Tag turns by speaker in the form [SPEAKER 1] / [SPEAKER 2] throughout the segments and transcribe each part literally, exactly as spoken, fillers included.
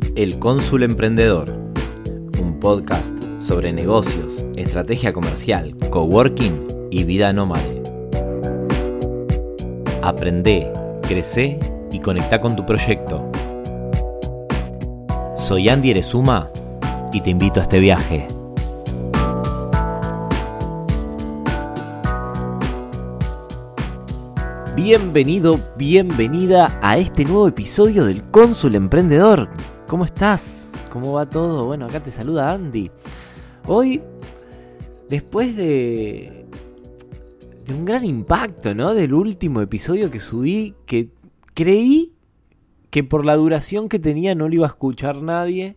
[SPEAKER 1] El Cónsul Emprendedor, un podcast sobre negocios, estrategia comercial, coworking y vida nómade. Aprende, crece y conecta con tu proyecto. Soy Andy Erezuma y te invito a este viaje. Bienvenido, bienvenida a este nuevo episodio del Cónsul Emprendedor. ¿Cómo estás? ¿Cómo va todo? Bueno, acá te saluda Andy. Hoy, después de, de un gran impacto, ¿no? Del último episodio que subí, que creí que por la duración que tenía no lo iba a escuchar nadie.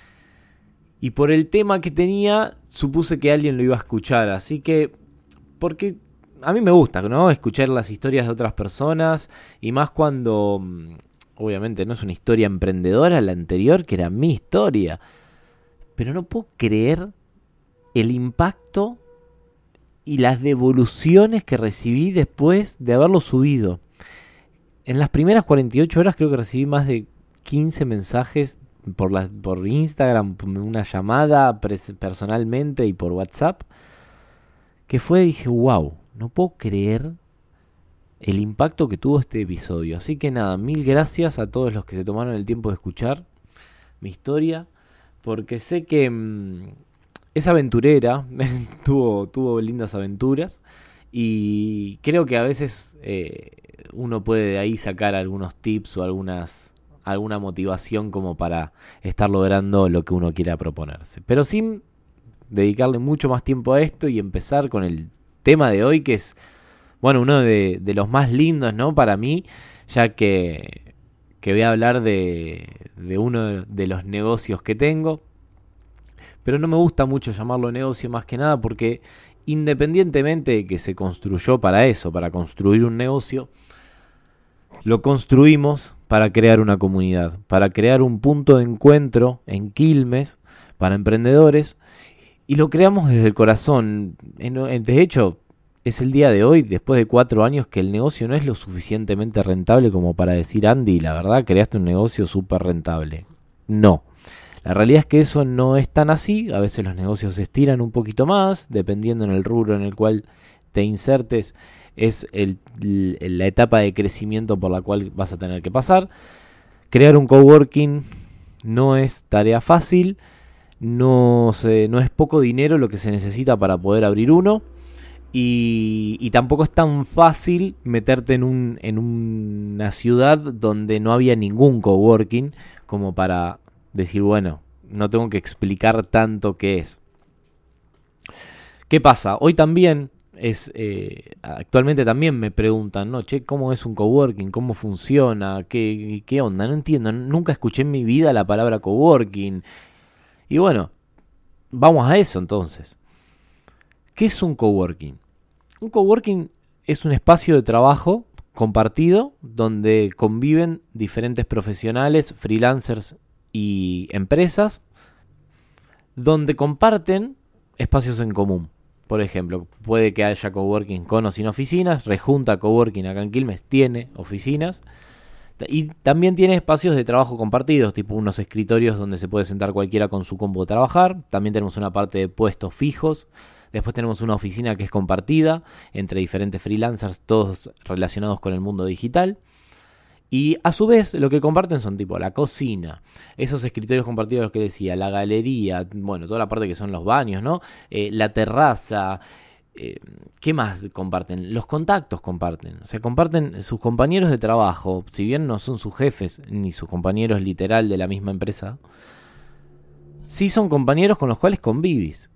[SPEAKER 1] Y por el tema que tenía, supuse que alguien lo iba a escuchar. Así que, porque a mí me gusta, ¿no? Escuchar las historias de otras personas. Y más cuando, obviamente, no es una historia emprendedora la anterior, que era mi historia. Pero no puedo creer el impacto y las devoluciones que recibí después de haberlo subido. En las primeras cuarenta y ocho horas creo que recibí más de quince mensajes por, la, por Instagram, por una llamada pres- personalmente y por WhatsApp. Que fue, dije, wow, no puedo creer el impacto que tuvo este episodio. Así que nada, mil gracias a todos los que se tomaron el tiempo de escuchar mi historia. Porque sé que mmm, es aventurera, tuvo, tuvo lindas aventuras. Y creo que a veces eh, uno puede de ahí sacar algunos tips o algunas, alguna motivación como para estar logrando lo que uno quiera proponerse. Pero sin dedicarle mucho más tiempo a esto y empezar con el tema de hoy, que es, bueno, uno de, de los más lindos, ¿no? Para mí, ya que, que voy a hablar de, de uno de los negocios que tengo. Pero no me gusta mucho llamarlo negocio, más que nada porque independientemente de que se construyó para eso, para construir un negocio, lo construimos para crear una comunidad, para crear un punto de encuentro en Quilmes para emprendedores. Y lo creamos desde el corazón. De hecho, es el día de hoy, después de cuatro años, que el negocio no es lo suficientemente rentable como para decir, Andy, la verdad, creaste un negocio súper rentable. No. La realidad es que eso no es tan así. A veces los negocios se estiran un poquito más, dependiendo en el rubro en el cual te insertes, es el, la etapa de crecimiento por la cual vas a tener que pasar. Crear un coworking no es tarea fácil. No, se, no es poco dinero lo que se necesita para poder abrir uno. Y, y tampoco es tan fácil meterte en, un, en una ciudad donde no había ningún coworking como para decir, bueno, no tengo que explicar tanto qué es. ¿Qué pasa? Hoy también es, eh, actualmente también me preguntan, ¿no? Che, ¿cómo es un coworking? ¿Cómo funciona? ¿Qué, qué onda? No entiendo. Nunca escuché en mi vida la palabra coworking. Y bueno, vamos a eso entonces. ¿Qué es un coworking? Un coworking es un espacio de trabajo compartido donde conviven diferentes profesionales, freelancers y empresas, donde comparten espacios en común. Por ejemplo, puede que haya coworking con o sin oficinas. Rejunta Coworking acá en Quilmes tiene oficinas. Y también tiene espacios de trabajo compartidos, tipo unos escritorios donde se puede sentar cualquiera con su compu a trabajar. También tenemos una parte de puestos fijos. Después tenemos una oficina que es compartida entre diferentes freelancers, todos relacionados con el mundo digital. Y a su vez lo que comparten son tipo la cocina, esos escritorios compartidos los que decía, la galería, bueno, toda la parte que son los baños, ¿no? Eh, la terraza. Eh, ¿Qué más comparten? Los contactos comparten. O sea, comparten sus compañeros de trabajo. Si bien no son sus jefes ni sus compañeros literal de la misma empresa, sí son compañeros con los cuales convivís.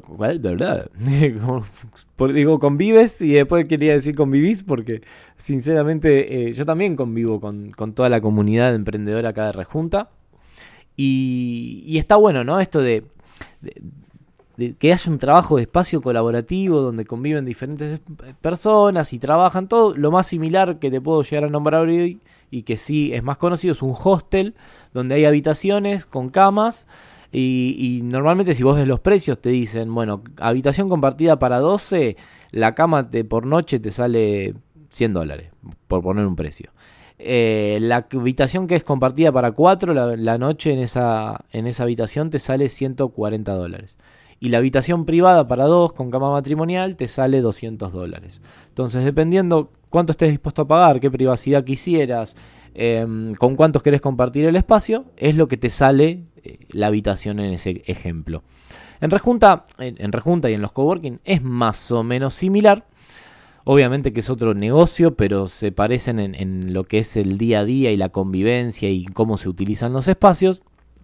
[SPEAKER 1] Digo convives y después quería decir convivís porque sinceramente eh, yo también convivo con, con toda la comunidad emprendedora acá de Rejunta. Y, y está bueno, ¿no? Esto de... de De que haya un trabajo de espacio colaborativo donde conviven diferentes personas y trabajan todo. Lo más similar que te puedo llegar a nombrar hoy y que sí es más conocido es un hostel donde hay habitaciones con camas y, y normalmente si vos ves los precios te dicen, bueno, habitación compartida para doce, la cama te, por noche te sale cien dólares, por poner un precio. eh, la habitación que es compartida para cuatro, la, la noche en esa, en esa habitación te sale ciento cuarenta dólares. Y la habitación privada para dos con cama matrimonial te sale doscientos dólares. Entonces, dependiendo cuánto estés dispuesto a pagar, qué privacidad quisieras, eh, con cuántos querés compartir el espacio, es lo que te sale eh, la habitación en ese ejemplo. En Rejunta, en, en Rejunta y en los coworking es más o menos similar. Obviamente que es otro negocio, pero se parecen en, en lo que es el día a día y la convivencia y cómo se utilizan los espacios.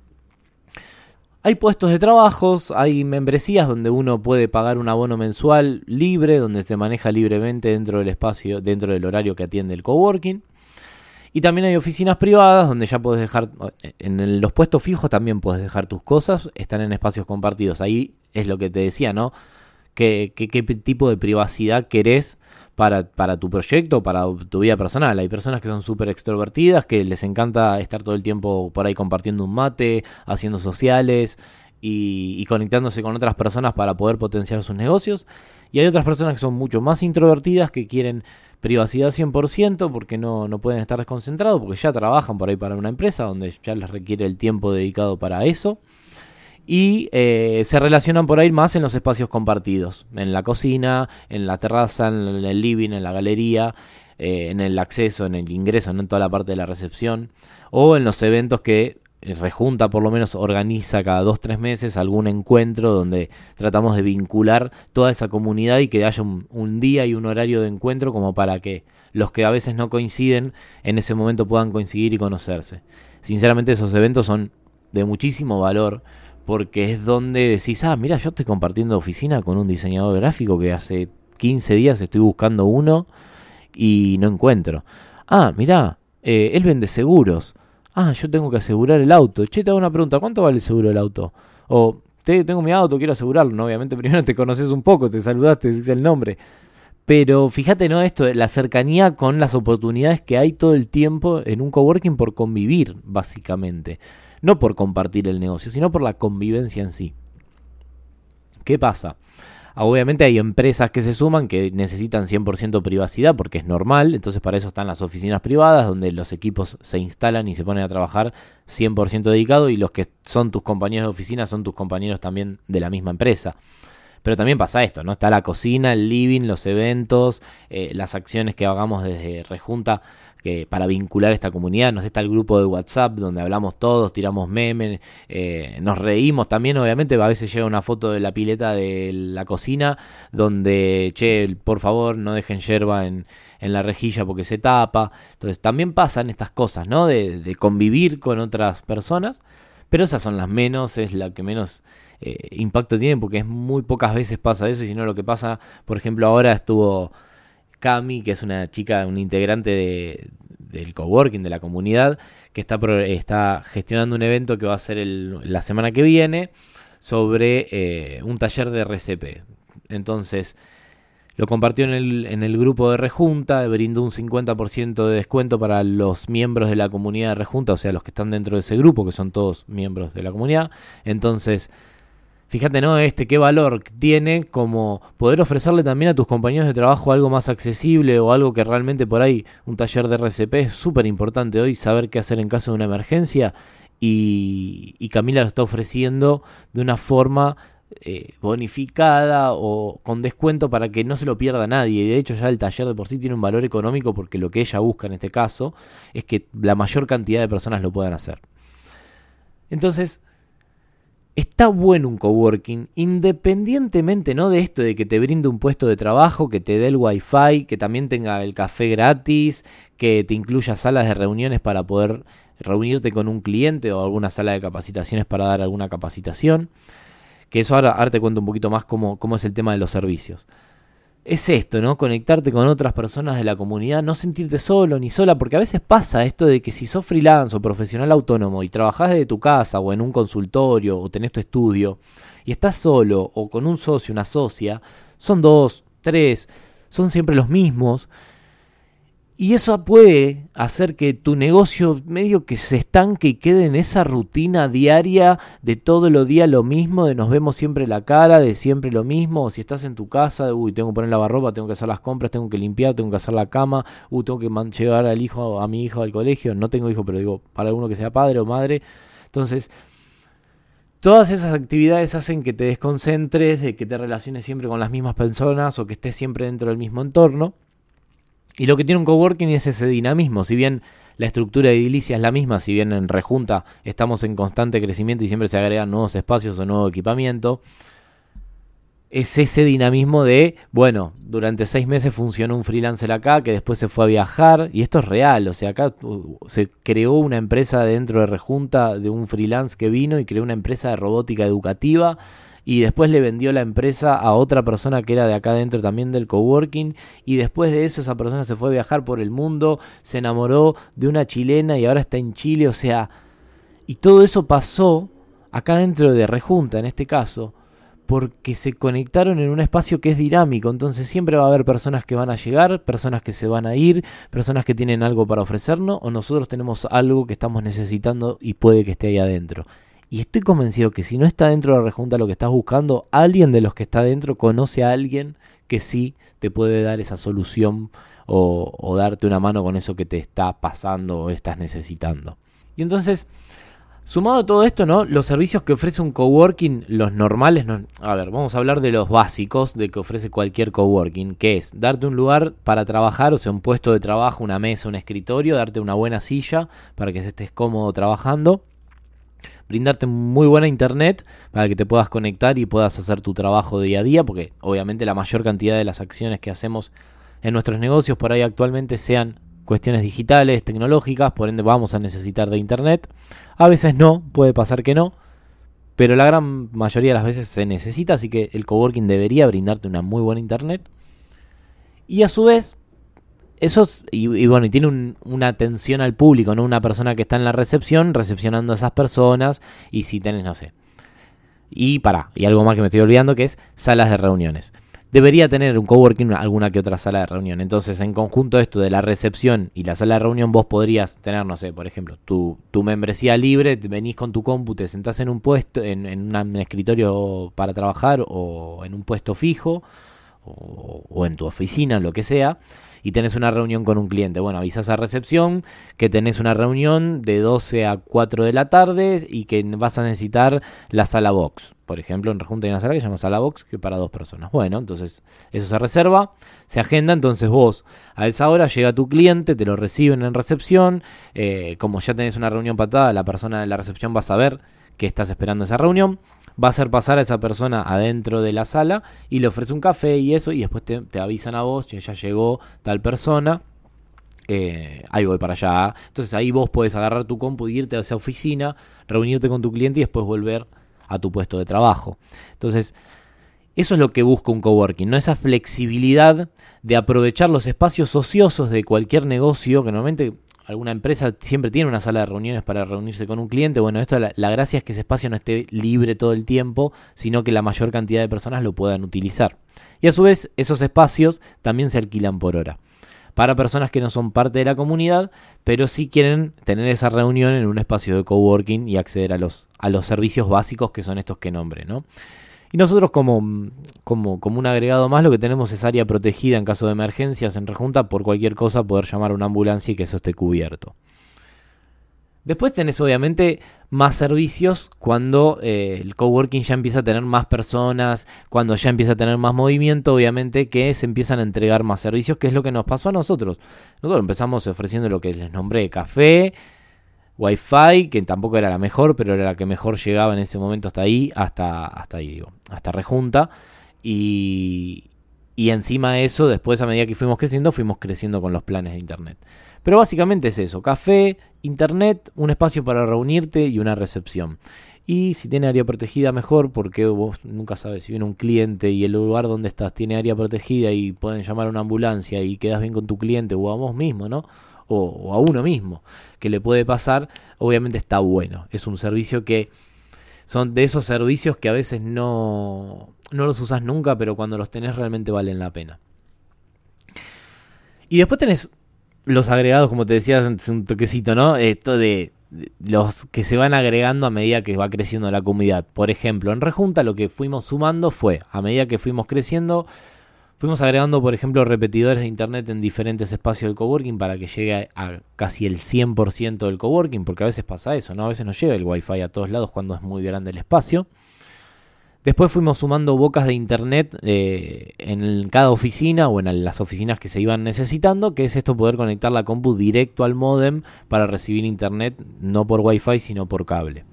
[SPEAKER 1] Hay puestos de trabajos, hay membresías donde uno puede pagar un abono mensual libre, donde se maneja libremente dentro del espacio, dentro del horario que atiende el coworking. Y también hay oficinas privadas donde ya puedes dejar, en el, los puestos fijos también puedes dejar tus cosas, están en espacios compartidos. Ahí es lo que te decía, ¿no? ¿Qué, qué, qué tipo de privacidad querés para, para tu proyecto, para tu vida personal? Hay personas que son súper extrovertidas, que les encanta estar todo el tiempo por ahí compartiendo un mate, haciendo sociales y, y conectándose con otras personas para poder potenciar sus negocios. Y hay otras personas que son mucho más introvertidas, que quieren privacidad cien por ciento porque no, no pueden estar desconcentrados, porque ya trabajan por ahí para una empresa donde ya les requiere el tiempo dedicado para eso. Y eh, se relacionan por ahí más en los espacios compartidos, en la cocina, en la terraza, en el living, en la galería, eh, en el acceso, en el ingreso, no en toda la parte de la recepción, o en los eventos que Rejunta por lo menos organiza cada dos o tres meses algún encuentro donde tratamos de vincular toda esa comunidad y que haya un, un día y un horario de encuentro como para que los que a veces no coinciden en ese momento puedan coincidir y conocerse. Sinceramente esos eventos son de muchísimo valor, porque es donde decís, ah, mira, yo estoy compartiendo oficina con un diseñador gráfico que hace quince días estoy buscando uno y no encuentro. Ah, mira, eh, él vende seguros. Ah, yo tengo que asegurar el auto. Che, te hago una pregunta, ¿cuánto vale el seguro del auto? O, te, tengo mi auto, quiero asegurarlo. ¿No? Obviamente primero te conoces un poco, te saludaste, decís el nombre. Pero fíjate, ¿no? Esto, la cercanía con las oportunidades que hay todo el tiempo en un coworking por convivir, básicamente. No por compartir el negocio, sino por la convivencia en sí. ¿Qué pasa? Obviamente hay empresas que se suman que necesitan cien por ciento privacidad porque es normal, entonces para eso están las oficinas privadas donde los equipos se instalan y se ponen a trabajar cien por ciento dedicado, y los que son tus compañeros de oficina son tus compañeros también de la misma empresa. Pero también pasa esto, ¿no? Está la cocina, el living, los eventos, eh, las acciones que hagamos desde Rejunta que para vincular esta comunidad. Nos está el grupo de WhatsApp donde hablamos todos, tiramos memes, eh, nos reímos también. Obviamente a veces llega una foto de la pileta de la cocina donde, che, por favor no dejen yerba en, en la rejilla porque se tapa. Entonces también pasan estas cosas, ¿no? De, de convivir con otras personas, pero esas son las menos, es la que menos eh, impacto tiene, porque es muy pocas veces pasa eso, y si no lo que pasa, por ejemplo, ahora estuvo Cami, que es una chica, un integrante de, del coworking, de la comunidad, que está, está gestionando un evento que va a ser el, la semana que viene sobre eh, un taller de R C P. Entonces lo compartió en el, en el grupo de Rejunta, brindó un cincuenta por ciento de descuento para los miembros de la comunidad de Rejunta, o sea, los que están dentro de ese grupo, que son todos miembros de la comunidad. Entonces, fíjate, ¿no? Este, qué valor tiene como poder ofrecerle también a tus compañeros de trabajo algo más accesible, o algo que realmente por ahí, un taller de R C P es súper importante hoy, saber qué hacer en caso de una emergencia, y, y Camila lo está ofreciendo de una forma eh, bonificada o con descuento para que no se lo pierda nadie. Y de hecho ya el taller de por sí tiene un valor económico, porque lo que ella busca en este caso es que la mayor cantidad de personas lo puedan hacer. Entonces, está bueno un coworking, independientemente, ¿no?, de esto de que te brinde un puesto de trabajo, que te dé el wifi, que también tenga el café gratis, que te incluya salas de reuniones para poder reunirte con un cliente, o alguna sala de capacitaciones para dar alguna capacitación. Que eso ahora, ahora te cuento un poquito más cómo, cómo es el tema de los servicios. Es esto, ¿no? Conectarte con otras personas de la comunidad, no sentirte solo ni sola, porque a veces pasa esto de que si sos freelance o profesional autónomo y trabajás desde tu casa o en un consultorio o tenés tu estudio y estás solo o con un socio, una socia, son dos, tres, son siempre los mismos, Y eso puede hacer que tu negocio medio que se estanque y quede en esa rutina diaria de todo los días lo mismo, de nos vemos siempre la cara, de siempre lo mismo. O si estás en tu casa, uy, tengo que poner lavarropa, tengo que hacer las compras, tengo que limpiar, tengo que hacer la cama, uy, tengo que man- llevar al hijo, a mi hijo al colegio. No tengo hijo, pero digo, para alguno que sea padre o madre. Entonces, todas esas actividades hacen que te desconcentres, de que te relaciones siempre con las mismas personas o que estés siempre dentro del mismo entorno. Y lo que tiene un coworking es ese dinamismo. Si bien la estructura de edilicia es la misma, si bien en Rejunta estamos en constante crecimiento y siempre se agregan nuevos espacios o nuevo equipamiento, es ese dinamismo de, bueno, durante seis meses funcionó un freelancer acá, que después se fue a viajar, y esto es real. O sea, acá uh, se creó una empresa dentro de Rejunta de un freelance que vino y creó una empresa de robótica educativa, y después le vendió la empresa a otra persona que era de acá dentro también del coworking, y después de eso esa persona se fue a viajar por el mundo, se enamoró de una chilena y ahora está en Chile. O sea, y todo eso pasó acá dentro de Rejunta en este caso, porque se conectaron en un espacio que es dinámico. Entonces siempre va a haber personas que van a llegar, personas que se van a ir, personas que tienen algo para ofrecernos, o nosotros tenemos algo que estamos necesitando y puede que esté ahí adentro. Y estoy convencido que si no está dentro de la Rejunta lo que estás buscando, alguien de los que está dentro conoce a alguien que sí te puede dar esa solución o, o darte una mano con eso que te está pasando o estás necesitando. Y entonces, sumado a todo esto, ¿no? Los servicios que ofrece un coworking, los normales, no, a ver, vamos a hablar de los básicos de que ofrece cualquier coworking, que es darte un lugar para trabajar, o sea, un puesto de trabajo, una mesa, un escritorio, darte una buena silla para que estés cómodo trabajando, brindarte muy buena internet para que te puedas conectar y puedas hacer tu trabajo día a día, porque obviamente la mayor cantidad de las acciones que hacemos en nuestros negocios por ahí actualmente sean cuestiones digitales, tecnológicas, por ende vamos a necesitar de internet. A veces no, puede pasar que no, pero la gran mayoría de las veces se necesita, así que el coworking debería brindarte una muy buena internet. Y a su vez, eso, y, y bueno, y tiene un, una atención al público, ¿no? Una persona que está en la recepción, recepcionando a esas personas, y si tenés, no sé. Y pará, y algo más que me estoy olvidando, que es salas de reuniones. Debería tener un coworking alguna que otra sala de reunión. Entonces, en conjunto esto de la recepción y la sala de reunión, vos podrías tener, no sé, por ejemplo, tu, tu membresía libre, venís con tu compu, te sentás en un puesto, en, en una, un escritorio para trabajar, o en un puesto fijo, o, o en tu oficina, lo que sea, y tenés una reunión con un cliente. Bueno, avisás a recepción que tenés una reunión de doce a cuatro de la tarde y que vas a necesitar la sala box. Por ejemplo, en Rejunta hay una sala que se llama sala box, que para dos personas. Bueno, entonces eso se reserva, se agenda, entonces vos a esa hora llega tu cliente, te lo reciben en recepción, eh, como ya tenés una reunión patada, la persona de la recepción va a saber que estás esperando esa reunión, va a hacer pasar a esa persona adentro de la sala y le ofrece un café y eso, y después te, te avisan a vos que ya llegó tal persona. Eh, ahí voy para allá. Entonces ahí vos podés agarrar tu compu y irte a esa oficina, reunirte con tu cliente y después volver a tu puesto de trabajo. Entonces, eso es lo que busca un coworking, ¿no? Esa flexibilidad de aprovechar los espacios ociosos de cualquier negocio, que normalmente alguna empresa siempre tiene una sala de reuniones para reunirse con un cliente. Bueno, esto la, la gracia es que ese espacio no esté libre todo el tiempo, sino que la mayor cantidad de personas lo puedan utilizar. Y a su vez, esos espacios también se alquilan por hora, para personas que no son parte de la comunidad, pero sí quieren tener esa reunión en un espacio de coworking y acceder a los, a los servicios básicos que son estos que nombré, ¿no? Y nosotros como, como, como un agregado más lo que tenemos es área protegida en caso de emergencias en Rejunta, por cualquier cosa poder llamar a una ambulancia y que eso esté cubierto. Después tenés obviamente más servicios cuando eh, el coworking ya empieza a tener más personas, cuando ya empieza a tener más movimiento, obviamente que se empiezan a entregar más servicios, que es lo que nos pasó a nosotros. Nosotros empezamos ofreciendo lo que les nombré, café, Wi-Fi, que tampoco era la mejor, pero era la que mejor llegaba en ese momento hasta ahí, hasta, hasta ahí digo, hasta Rejunta. Y, y encima de eso, después a medida que fuimos creciendo, fuimos creciendo con los planes de internet. Pero básicamente es eso, café, internet, un espacio para reunirte y una recepción. Y si tiene área protegida mejor, porque vos nunca sabes si viene un cliente y el lugar donde estás tiene área protegida y pueden llamar a una ambulancia y quedas bien con tu cliente o a vos mismo, ¿no? O, o a uno mismo, que le puede pasar, obviamente está bueno. Es un servicio que son de esos servicios que a veces no, no los usas nunca, pero cuando los tenés realmente valen la pena. Y después tenés los agregados, como te decía, es un toquecito, ¿no? Esto de, de los que se van agregando a medida que va creciendo la comunidad. Por ejemplo, en Rejunta lo que fuimos sumando fue, a medida que fuimos creciendo, fuimos agregando, por ejemplo, repetidores de internet en diferentes espacios del coworking para que llegue a, a casi el cien por ciento del coworking, porque a veces pasa eso, ¿no? A veces no llega el wifi a todos lados cuando es muy grande el espacio. Después fuimos sumando bocas de internet eh, en cada oficina o en las oficinas que se iban necesitando, que es esto, poder conectar la compu directo al módem para recibir internet no por wifi sino por cable.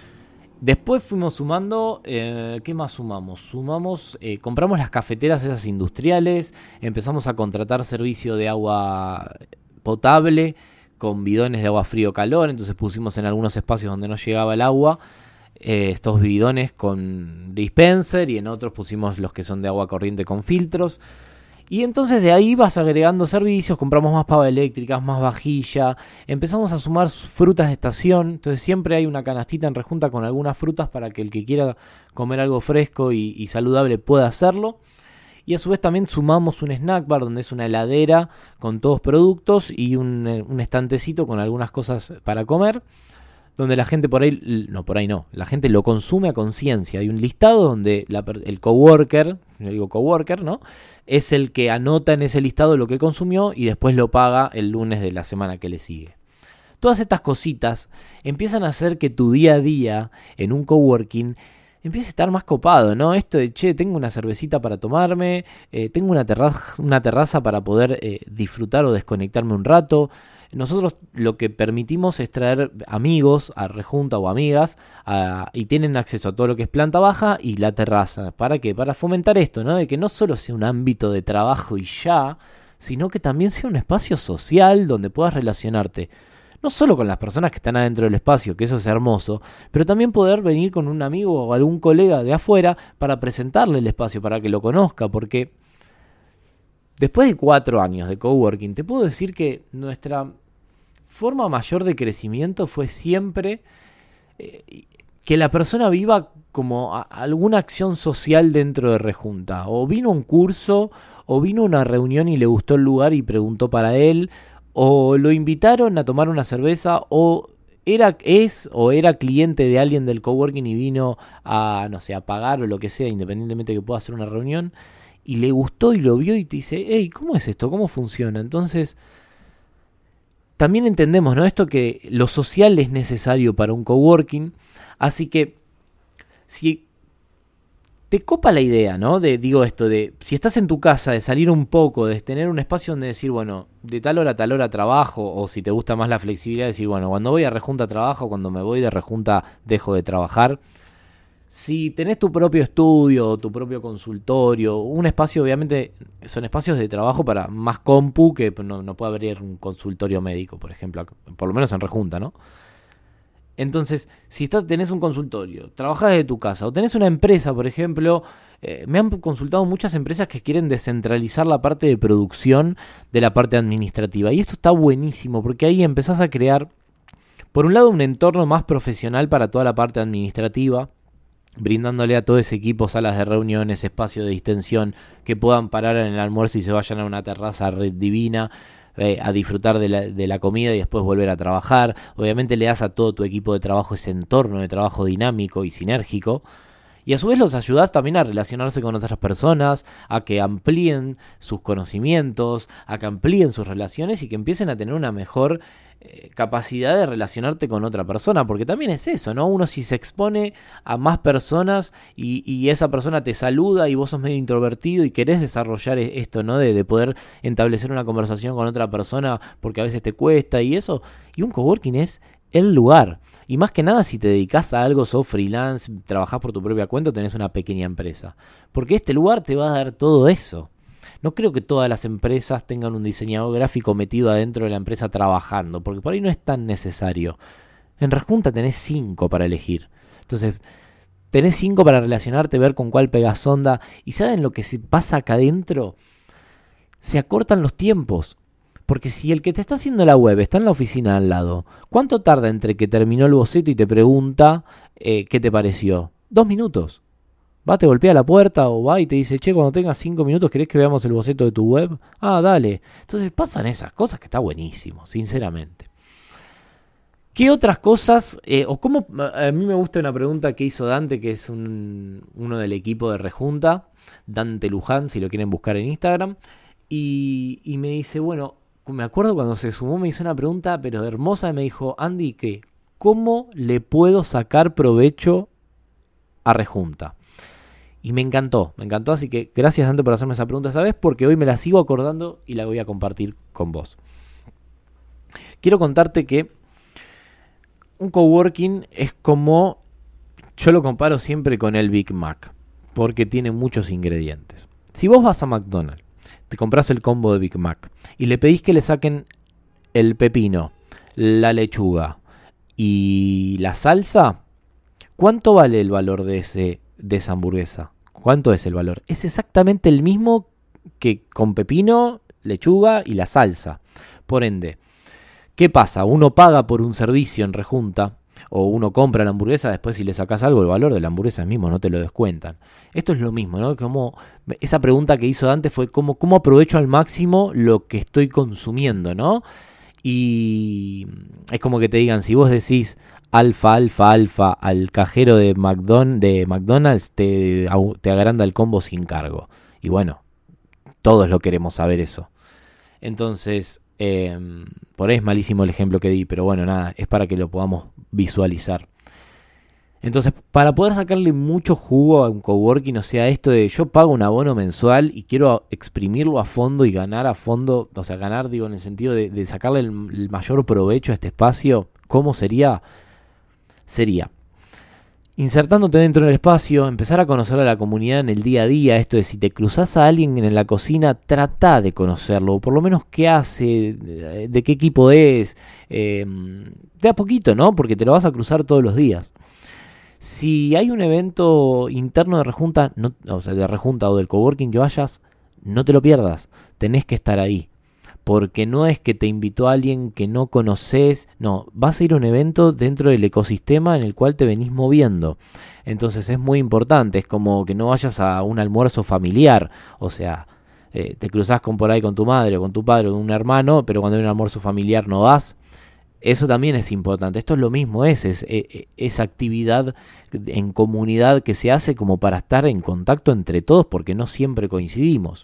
[SPEAKER 1] Después fuimos sumando, eh, ¿qué más sumamos? Sumamos, eh, compramos las cafeteras esas industriales, empezamos a contratar servicio de agua potable con bidones de agua frío-calor, entonces pusimos en algunos espacios donde no llegaba el agua eh, estos bidones con dispenser, y en otros pusimos los que son de agua corriente con filtros. Y entonces de ahí vas agregando servicios, compramos más pava eléctricas, más vajilla, empezamos a sumar frutas de estación, entonces siempre hay una canastita en Rejunta con algunas frutas para que el que quiera comer algo fresco y, y saludable pueda hacerlo. Y a su vez también sumamos un snack bar, donde es una heladera con todos productos y un, un estantecito con algunas cosas para comer, donde la gente por ahí, no, por ahí no, la gente lo consume a conciencia. Hay un listado donde la, el coworker, yo digo coworker, ¿no? Es el que anota en ese listado lo que consumió y después lo paga el lunes de la semana que le sigue. Todas estas cositas empiezan a hacer que tu día a día en un coworking empiece a estar más copado, ¿no? Esto de, che, tengo una cervecita para tomarme, eh, tengo una terraza, una terraza para poder eh, disfrutar o desconectarme un rato. Nosotros lo que permitimos es traer amigos a Rejunta o amigas a, y tienen acceso a todo lo que es planta baja y la terraza. ¿Para qué? Para fomentar esto, ¿no? De que no solo sea un ámbito de trabajo y ya, sino que también sea un espacio social donde puedas relacionarte. No solo con las personas que están adentro del espacio, que eso es hermoso, pero también poder venir con un amigo o algún colega de afuera para presentarle el espacio, para que lo conozca, porque después de cuatro años de coworking, te puedo decir que nuestra forma mayor de crecimiento fue siempre eh, que la persona viva como a, alguna acción social dentro de Rejunta. O vino a un curso, o vino a una reunión y le gustó el lugar y preguntó para él, o lo invitaron a tomar una cerveza, o era, es o era cliente de alguien del coworking y vino a, no sé, a pagar o lo que sea, independientemente de que pueda hacer una reunión, y le gustó y lo vio y te dice, hey, ¿cómo es esto? ¿Cómo funciona? Entonces, también entendemos, ¿no? Esto, que lo social es necesario para un coworking, así que si te copa la idea, ¿no? De, digo esto, de si estás en tu casa, de salir un poco, de tener un espacio donde decir, bueno, de tal hora a tal hora trabajo, o si te gusta más la flexibilidad, decir, bueno, cuando voy a Rejunta trabajo, cuando me voy de Rejunta dejo de trabajar. Si tenés tu propio estudio, tu propio consultorio, un espacio, obviamente son espacios de trabajo para más compu, que no, no puede abrir un consultorio médico, por ejemplo, por lo menos en Rejunta, ¿no? Entonces, si estás, tenés un consultorio, trabajás desde tu casa, o tenés una empresa, por ejemplo, eh, me han consultado muchas empresas que quieren descentralizar la parte de producción de la parte administrativa, y esto está buenísimo, porque ahí empezás a crear, por un lado, un entorno más profesional para toda la parte administrativa, brindándole a todo ese equipo salas de reuniones, espacio de distensión, que puedan parar en el almuerzo y se vayan a una terraza divina eh, a disfrutar de la, de la comida y después volver a trabajar. Obviamente le das a todo tu equipo de trabajo ese entorno de trabajo dinámico y sinérgico, y a su vez los ayudás también a relacionarse con otras personas, a que amplíen sus conocimientos, a que amplíen sus relaciones y que empiecen a tener una mejor eh, capacidad de relacionarte con otra persona, porque también es eso, ¿no? Uno, si se expone a más personas y, y esa persona te saluda y vos sos medio introvertido y querés desarrollar esto, ¿no? De, de poder establecer una conversación con otra persona porque a veces te cuesta y eso, y un coworking es el lugar. Y más que nada si te dedicas a algo, sos freelance, trabajás por tu propia cuenta o tenés una pequeña empresa. Porque este lugar te va a dar todo eso. No creo que todas las empresas tengan un diseñador gráfico metido adentro de la empresa trabajando, porque por ahí no es tan necesario. En Rejunta tenés cinco para elegir. Entonces, tenés cinco para relacionarte, ver con cuál pegas onda. ¿Y saben lo que se pasa acá adentro? Se acortan los tiempos. Porque si el que te está haciendo la web está en la oficina al lado, ¿cuánto tarda entre que terminó el boceto y te pregunta eh, qué te pareció? Dos minutos. Va, te golpea la puerta o va y te dice, che, cuando tengas cinco minutos, ¿querés que veamos el boceto de tu web? Ah, dale. Entonces pasan esas cosas que está buenísimo, sinceramente. ¿Qué otras cosas, eh, o cómo, a mí me gusta una pregunta que hizo Dante, que es un, uno del equipo de Rejunta, Dante Luján, si lo quieren buscar en Instagram, y, y me dice, bueno, me acuerdo cuando se sumó, me hizo una pregunta, pero hermosa, y me dijo, Andy, ¿qué? ¿Cómo le puedo sacar provecho a Rejunta? Y me encantó, me encantó, así que gracias Dante por hacerme esa pregunta esa vez, porque hoy me la sigo acordando y la voy a compartir con vos. Quiero contarte que un coworking es como, yo lo comparo siempre con el Big Mac, porque tiene muchos ingredientes. Si vos vas a McDonald's, te compras el combo de Big Mac y le pedís que le saquen el pepino, la lechuga y la salsa, ¿cuánto vale el valor de, ese, de esa hamburguesa? ¿Cuánto es el valor? Es exactamente el mismo que con pepino, lechuga y la salsa. Por ende, ¿qué pasa? Uno paga por un servicio en Rejunta, o uno compra la hamburguesa, después si le sacas algo, el valor de la hamburguesa es mismo, no te lo descuentan. Esto es lo mismo, ¿no? Como esa pregunta que hizo Dante fue ¿cómo, cómo aprovecho al máximo lo que estoy consumiendo, ¿no? Y es como que te digan, si vos decís alfa, alfa, alfa al cajero de, McDon- de McDonald's, te, te agranda el combo sin cargo. Y bueno, todos lo queremos saber eso. Entonces, eh, por ahí es malísimo el ejemplo que di, pero bueno, nada, es para que lo podamos visualizar. Entonces, para poder sacarle mucho jugo a un coworking, o sea, esto de yo pago un abono mensual y quiero exprimirlo a fondo y ganar a fondo, o sea, ganar, digo, en el sentido de, de sacarle el, el mayor provecho a este espacio, ¿cómo sería? Sería insertándote dentro del espacio, empezar a conocer a la comunidad en el día a día. Esto de si te cruzás a alguien en la cocina, trata de conocerlo, o por lo menos qué hace, de qué equipo es, eh, de a poquito, ¿no? Porque te lo vas a cruzar todos los días. Si hay un evento interno de Rejunta, no, o sea, de Rejunta o del coworking que vayas, no te lo pierdas, tenés que estar ahí. Porque no es que te invitó a alguien que no conoces, no, vas a ir a un evento dentro del ecosistema en el cual te venís moviendo. Entonces es muy importante, es como que no vayas a un almuerzo familiar, o sea, eh, te cruzás con por ahí con tu madre o con tu padre o un hermano, pero cuando hay un almuerzo familiar no vas. Eso también es importante, esto es lo mismo, es, es, es esa actividad en comunidad que se hace como para estar en contacto entre todos, porque no siempre coincidimos.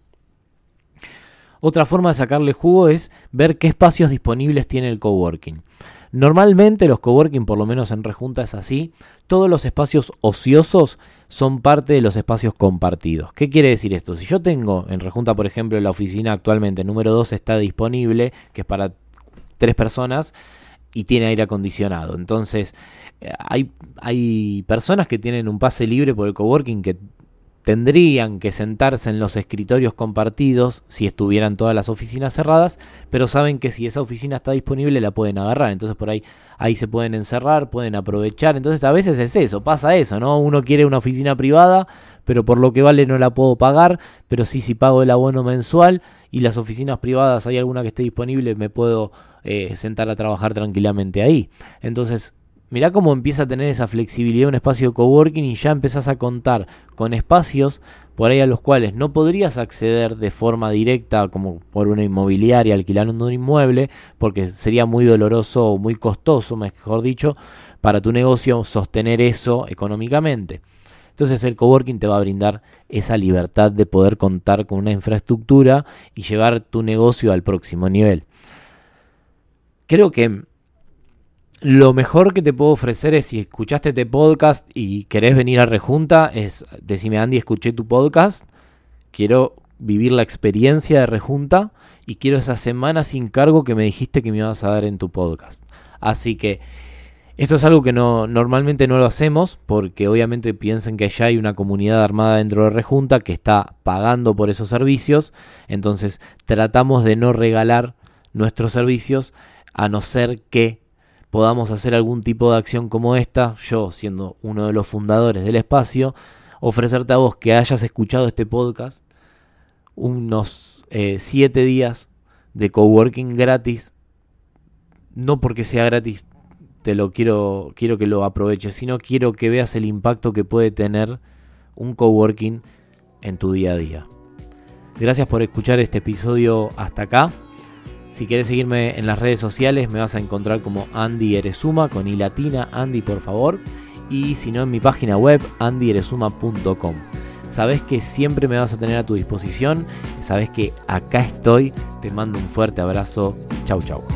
[SPEAKER 1] Otra forma de sacarle jugo es ver qué espacios disponibles tiene el coworking. Normalmente los coworking, por lo menos en Rejunta es así, todos los espacios ociosos son parte de los espacios compartidos. ¿Qué quiere decir esto? Si yo tengo en Rejunta, por ejemplo, la oficina actualmente número dos está disponible, que es para tres personas y tiene aire acondicionado. Entonces hay, hay personas que tienen un pase libre por el coworking que tendrían que sentarse en los escritorios compartidos si estuvieran todas las oficinas cerradas, pero saben que si esa oficina está disponible la pueden agarrar, entonces por ahí ahí se pueden encerrar, pueden aprovechar. Entonces a veces es eso, pasa eso, ¿no? Uno quiere una oficina privada, pero por lo que vale no la puedo pagar, pero sí si pago el abono mensual y las oficinas privadas hay alguna que esté disponible, me puedo eh, sentar a trabajar tranquilamente ahí. Entonces mirá cómo empieza a tener esa flexibilidad un espacio de coworking y ya empezás a contar con espacios por ahí a los cuales no podrías acceder de forma directa como por una inmobiliaria alquilando un inmueble, porque sería muy doloroso o muy costoso, mejor dicho, para tu negocio sostener eso económicamente. Entonces el coworking te va a brindar esa libertad de poder contar con una infraestructura y llevar tu negocio al próximo nivel. Creo que lo mejor que te puedo ofrecer es, si escuchaste este podcast y querés venir a Rejunta, es decime, Andy, escuché tu podcast, quiero vivir la experiencia de Rejunta y quiero esa semana sin cargo que me dijiste que me ibas a dar en tu podcast. Así que esto es algo que no, normalmente no lo hacemos, porque obviamente piensen que ya hay una comunidad armada dentro de Rejunta que está pagando por esos servicios, entonces tratamos de no regalar nuestros servicios a no ser que podamos hacer algún tipo de acción como esta, yo siendo uno de los fundadores del espacio, ofrecerte a vos que hayas escuchado este podcast unos siete eh, días de coworking gratis, no porque sea gratis te lo quiero, quiero que lo aproveches, sino quiero que veas el impacto que puede tener un coworking en tu día a día. Gracias por escuchar este episodio hasta acá. Si quieres seguirme en las redes sociales me vas a encontrar como Andy Erezuma, con i latina, Andy por favor. Y si no, en mi página web andy erezuma punto com. Sabes que siempre me vas a tener a tu disposición. Sabes que acá estoy. Te mando un fuerte abrazo. Chau, chau.